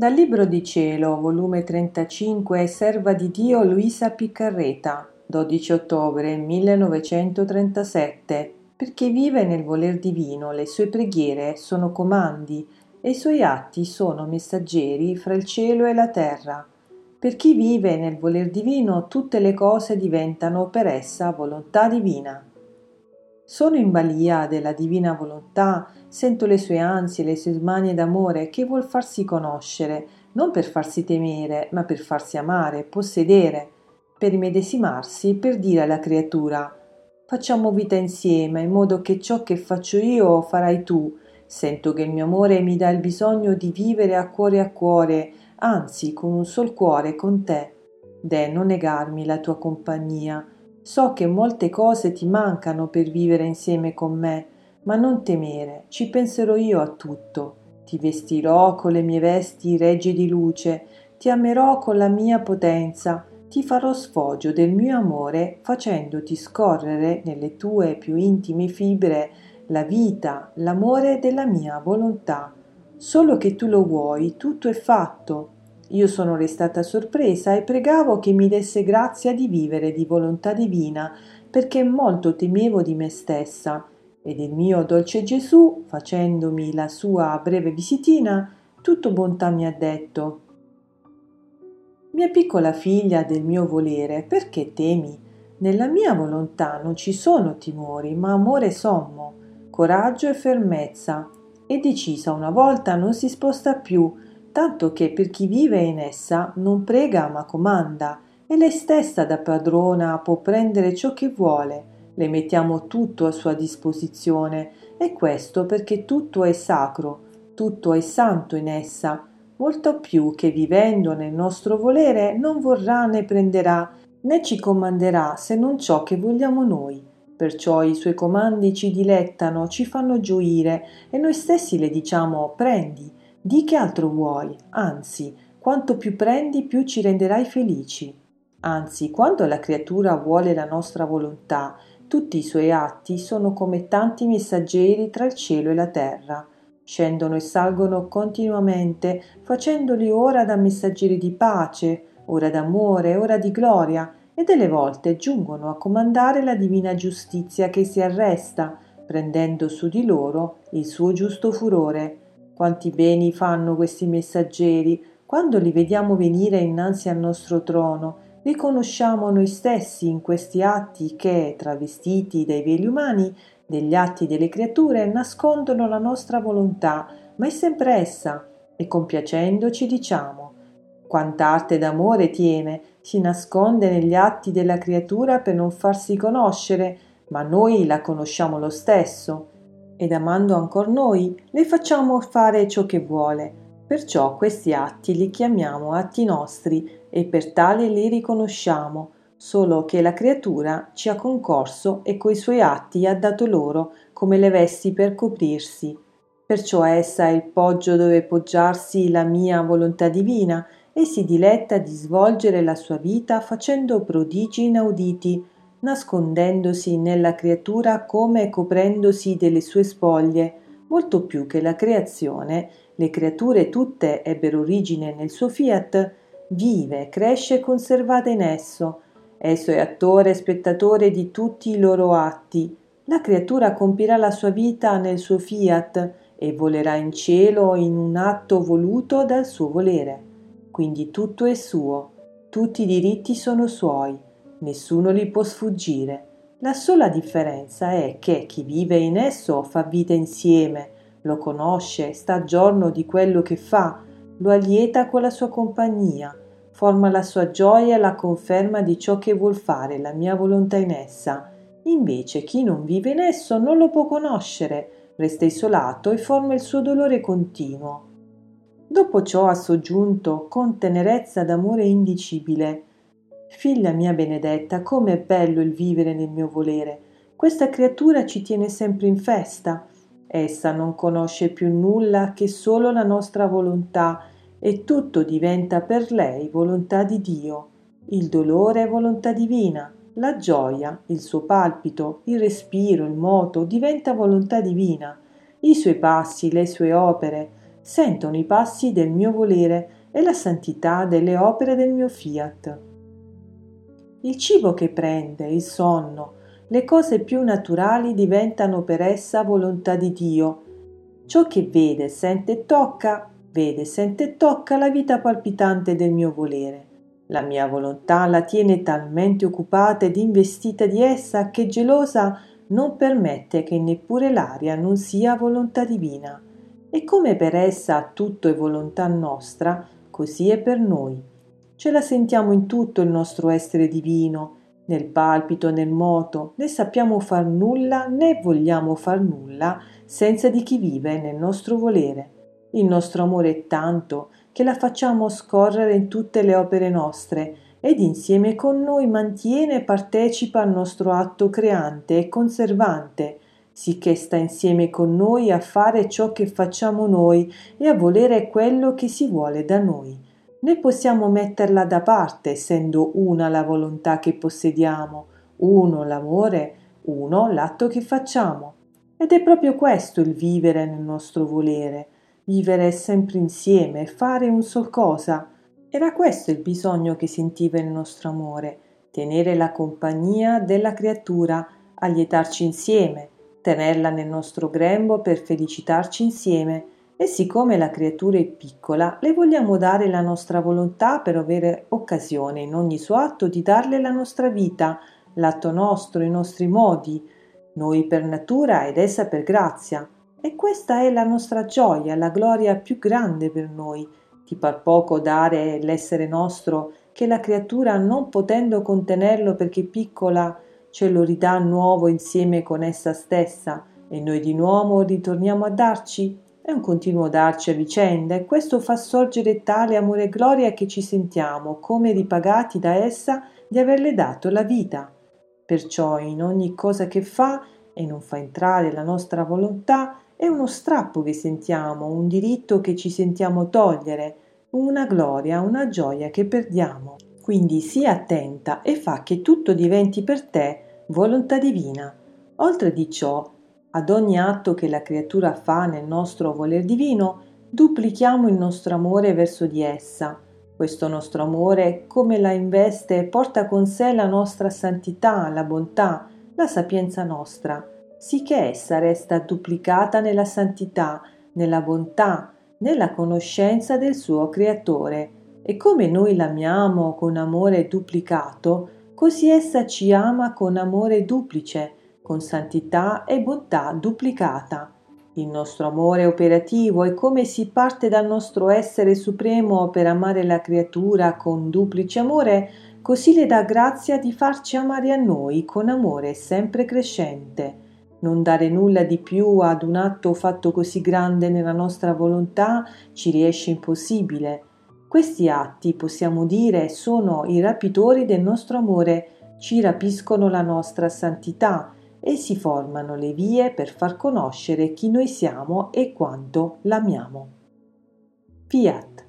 Dal Libro di Cielo, volume 35, Serva di Dio Luisa Piccarreta, 12 ottobre 1937. Per chi vive nel voler divino, le sue preghiere sono comandi e i suoi atti sono messaggeri fra il cielo e la terra. Per chi vive nel voler divino, tutte le cose diventano per essa volontà divina. Sono in balia della divina volontà, sento le sue ansie, le sue smanie d'amore che vuol farsi conoscere, non per farsi temere, ma per farsi amare, possedere, per immedesimarsi, per dire alla creatura: facciamo vita insieme, in modo che ciò che faccio io farai tu. Sento che il mio amore mi dà il bisogno di vivere a cuore, anzi con un sol cuore con te. Non negarmi la tua compagnia. So che molte cose ti mancano per vivere insieme con me, ma non temere, ci penserò io a tutto. Ti vestirò con le mie vesti regge di luce, ti amerò con la mia potenza, ti farò sfoggio del mio amore, facendoti scorrere nelle tue più intime fibre la vita, l'amore della mia volontà. Solo che tu lo vuoi, tutto è fatto. Io sono restata sorpresa e pregavo che mi desse grazia di vivere di volontà divina, perché molto temevo di me stessa. Ed il mio dolce Gesù, facendomi la sua breve visitina, tutto bontà mi ha detto: mia piccola figlia del mio volere, perché temi? Nella mia volontà non ci sono timori, ma amore sommo, coraggio e fermezza. E decisa una volta non si sposta più, tanto che per chi vive in essa non prega ma comanda, e lei stessa da padrona può prendere ciò che vuole. Le mettiamo tutto a sua disposizione, e questo perché tutto è sacro, tutto è santo in essa, molto più che vivendo nel nostro volere non vorrà né prenderà, né ci comanderà se non ciò che vogliamo noi. Perciò i suoi comandi ci dilettano, ci fanno gioire, e noi stessi le diciamo: prendi, di che altro vuoi? Anzi, quanto più prendi, più ci renderai felici. Anzi, quando la creatura vuole la nostra volontà, tutti i suoi atti sono come tanti messaggeri tra il cielo e la terra. Scendono e salgono continuamente, facendoli ora da messaggeri di pace, ora d'amore, ora di gloria, e delle volte giungono a comandare la divina giustizia che si arresta, prendendo su di loro il suo giusto furore. Quanti beni fanno questi messaggeri, quando li vediamo venire innanzi al nostro trono, riconosciamo noi stessi in questi atti che, travestiti dai veli umani, degli atti delle creature, nascondono la nostra volontà, ma è sempre essa, e compiacendoci diciamo: quanta arte d'amore tiene, si nasconde negli atti della creatura per non farsi conoscere, ma noi la conosciamo lo stesso, ed amando ancor noi, le facciamo fare ciò che vuole. Perciò questi atti li chiamiamo atti nostri e per tale li riconosciamo, solo che la creatura ci ha concorso e coi suoi atti ha dato loro come le vesti per coprirsi. Perciò essa è il poggio dove poggiarsi la mia volontà divina, e si diletta di svolgere la sua vita facendo prodigi inauditi, nascondendosi nella creatura come coprendosi delle sue spoglie, molto più che la creazione. Le creature tutte ebbero origine nel suo fiat, vive, cresce e conservata in esso. Esso è attore e spettatore di tutti i loro atti. La creatura compirà la sua vita nel suo fiat e volerà in cielo in un atto voluto dal suo volere. Quindi tutto è suo, tutti i diritti sono suoi, nessuno li può sfuggire. La sola differenza è che chi vive in esso fa vita insieme, lo conosce, sta a giorno di quello che fa, lo allieta con la sua compagnia, forma la sua gioia e la conferma di ciò che vuol fare la mia volontà in essa. Invece chi non vive in esso non lo può conoscere, resta isolato e forma il suo dolore continuo. Dopo ciò ha soggiunto con tenerezza d'amore indicibile: figlia mia benedetta, come è bello il vivere nel mio volere. Questa creatura ci tiene sempre in festa. Essa non conosce più nulla che solo la nostra volontà, e tutto diventa per lei volontà di Dio. Il dolore è volontà divina, la gioia, il suo palpito, il respiro, il moto diventa volontà divina. I suoi passi, le sue opere, sentono i passi del mio volere e la santità delle opere del mio fiat. Il cibo che prende, il sonno, le cose più naturali diventano per essa volontà di Dio. Ciò che vede, sente e tocca la vita palpitante del mio volere. La mia volontà la tiene talmente occupata ed investita di essa che gelosa non permette che neppure l'aria non sia volontà divina. E come per essa tutto è volontà nostra, così è per noi. Ce la sentiamo in tutto il nostro essere divino, nel palpito, nel moto, né sappiamo far nulla né vogliamo far nulla senza di chi vive nel nostro volere. Il nostro amore è tanto che la facciamo scorrere in tutte le opere nostre ed insieme con noi mantiene e partecipa al nostro atto creante e conservante, sicché sta insieme con noi a fare ciò che facciamo noi e a volere quello che si vuole da noi. Né possiamo metterla da parte, essendo una la volontà che possediamo, uno l'amore, uno l'atto che facciamo. Ed è proprio questo il vivere nel nostro volere, vivere sempre insieme, fare un sol cosa. Era questo il bisogno che sentiva il nostro amore, tenere la compagnia della creatura, allietarci insieme, tenerla nel nostro grembo per felicitarci insieme. E siccome la creatura è piccola, le vogliamo dare la nostra volontà per avere occasione in ogni suo atto di darle la nostra vita, l'atto nostro, i nostri modi, noi per natura ed essa per grazia. E questa è la nostra gioia, la gloria più grande per noi, di par poco dare l'essere nostro che la creatura, non potendo contenerlo perché piccola, ce lo ridà nuovo insieme con essa stessa, e noi di nuovo ritorniamo a darci. È un continuo darci a vicenda e questo fa sorgere tale amore e gloria che ci sentiamo come ripagati da essa di averle dato la vita. Perciò in ogni cosa che fa e non fa entrare la nostra volontà è uno strappo che sentiamo, un diritto che ci sentiamo togliere, una gloria, una gioia che perdiamo. Quindi sii attenta e fa che tutto diventi per te volontà divina. Oltre di ciò, ad ogni atto che la creatura fa nel nostro voler divino, duplichiamo il nostro amore verso di essa. Questo nostro amore, come la investe, porta con sé la nostra santità, la bontà, la sapienza nostra, sicché essa resta duplicata nella santità, nella bontà, nella conoscenza del suo creatore. E come noi l'amiamo con amore duplicato, così essa ci ama con amore duplice, con santità e bontà duplicata. Il nostro amore operativo è come si parte dal nostro essere supremo per amare la creatura con duplice amore, così le dà grazia di farci amare a noi con amore sempre crescente. Non dare nulla di più ad un atto fatto così grande nella nostra volontà ci riesce impossibile. Questi atti, possiamo dire, sono i rapitori del nostro amore, ci rapiscono la nostra santità e si formano le vie per far conoscere chi noi siamo e quanto l'amiamo. Fiat.